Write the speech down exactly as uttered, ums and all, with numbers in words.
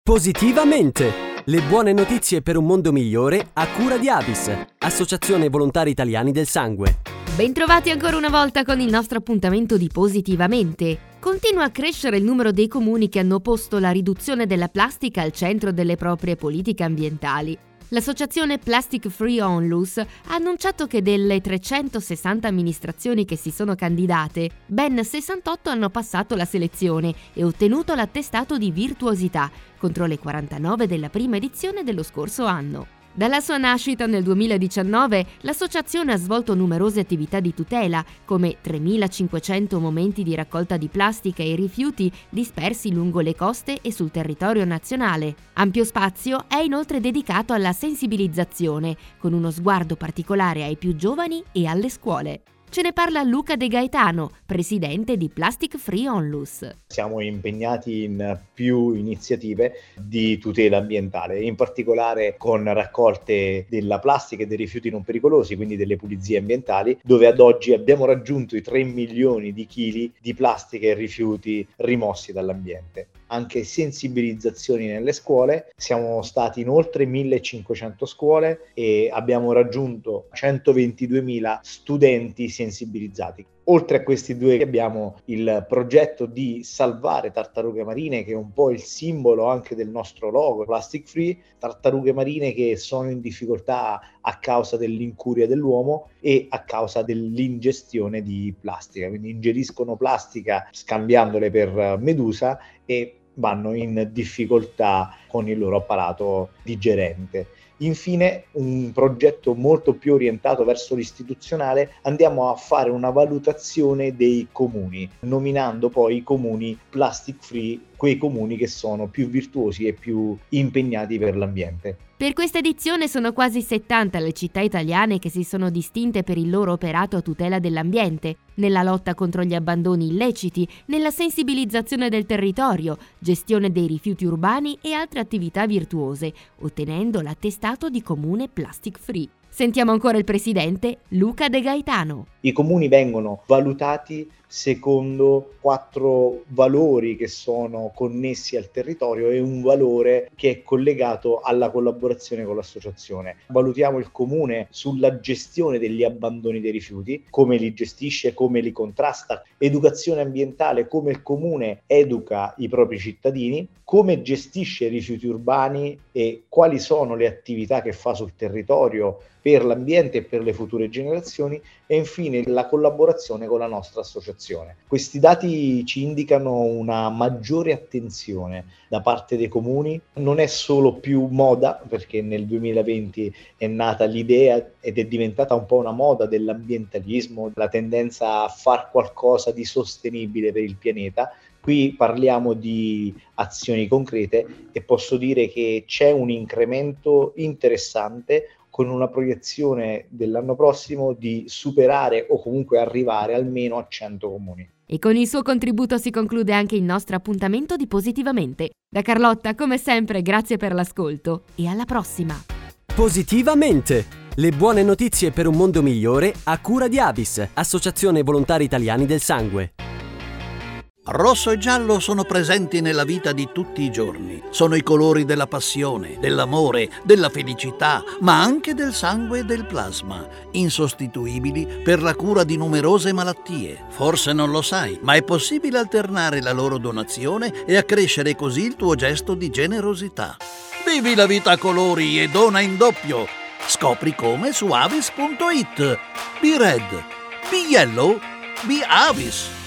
Positivamente! Le buone notizie per un mondo migliore a cura di Avis, Associazione Volontari Italiani del Sangue. Bentrovati ancora una volta con il nostro appuntamento di Positivamente. Continua a crescere il numero dei comuni che hanno posto la riduzione della plastica al centro delle proprie politiche ambientali. L'associazione Plastic Free Onlus ha annunciato che delle trecentosessanta amministrazioni che si sono candidate, ben sessantotto hanno passato la selezione e ottenuto l'attestato di virtuosità, contro le quarantanove della prima edizione dello scorso anno. Dalla sua nascita nel duemiladiciannove, l'associazione ha svolto numerose attività di tutela, come tremilacinquecento momenti di raccolta di plastica e rifiuti dispersi lungo le coste e sul territorio nazionale. Ampio spazio è inoltre dedicato alla sensibilizzazione, con uno sguardo particolare ai più giovani e alle scuole. Ce ne parla Luca De Gaetano, presidente di Plastic Free Onlus. Siamo impegnati in più iniziative di tutela ambientale, in particolare con raccolte della plastica e dei rifiuti non pericolosi, quindi delle pulizie ambientali, dove ad oggi abbiamo raggiunto i tre milioni di chili di plastica e rifiuti rimossi dall'ambiente. Anche sensibilizzazioni nelle scuole, siamo stati in oltre millecinquecento scuole e abbiamo raggiunto centoventiduemila studenti sensibilizzati. Oltre a questi due abbiamo il progetto di salvare tartarughe marine, che è un po' il simbolo anche del nostro logo Plastic Free, tartarughe marine che sono in difficoltà a causa dell'incuria dell'uomo e a causa dell'ingestione di plastica, quindi ingeriscono plastica scambiandole per medusa e vanno in difficoltà con il loro apparato digerente. Infine, un progetto molto più orientato verso l'istituzionale, andiamo a fare una valutazione dei comuni, nominando poi i comuni plastic free, quei comuni che sono più virtuosi e più impegnati per l'ambiente. Per questa edizione sono quasi settanta le città italiane che si sono distinte per il loro operato a tutela dell'ambiente, nella lotta contro gli abbandoni illeciti, nella sensibilizzazione del territorio, gestione dei rifiuti urbani e altre attività virtuose, ottenendo l'attestato di comune plastic free. Sentiamo ancora il presidente Luca De Gaetano. I comuni vengono valutati secondo quattro valori che sono connessi al territorio e un valore che è collegato alla collaborazione con l'associazione. Valutiamo il comune sulla gestione degli abbandoni dei rifiuti, come li gestisce, come li contrasta, educazione ambientale, come il comune educa i propri cittadini, come gestisce i rifiuti urbani e quali sono le attività che fa sul territorio per l'ambiente e per le future generazioni, e infine la collaborazione con la nostra associazione. Questi dati ci indicano una maggiore attenzione da parte dei comuni. Non è solo più moda, perché nel duemilaventi è nata l'idea ed è diventata un po' una moda dell'ambientalismo, la tendenza a far qualcosa di sostenibile per il pianeta. Qui parliamo di azioni concrete e posso dire che c'è un incremento interessante, con una proiezione dell'anno prossimo di superare o comunque arrivare almeno a cento comuni. E con il suo contributo si conclude anche il nostro appuntamento di Positivamente. Da Carlotta, come sempre, grazie per l'ascolto e alla prossima! Positivamente! Le buone notizie per un mondo migliore a cura di Avis, Associazione Volontari Italiani del Sangue. Rosso e giallo sono presenti nella vita di tutti i giorni. Sono i colori della passione, dell'amore, della felicità, ma anche del sangue e del plasma, insostituibili per la cura di numerose malattie. Forse non lo sai, ma è possibile alternare la loro donazione e accrescere così il tuo gesto di generosità. Vivi la vita a colori e dona in doppio. Scopri come su avis punto it. Be red, be yellow, be Avis.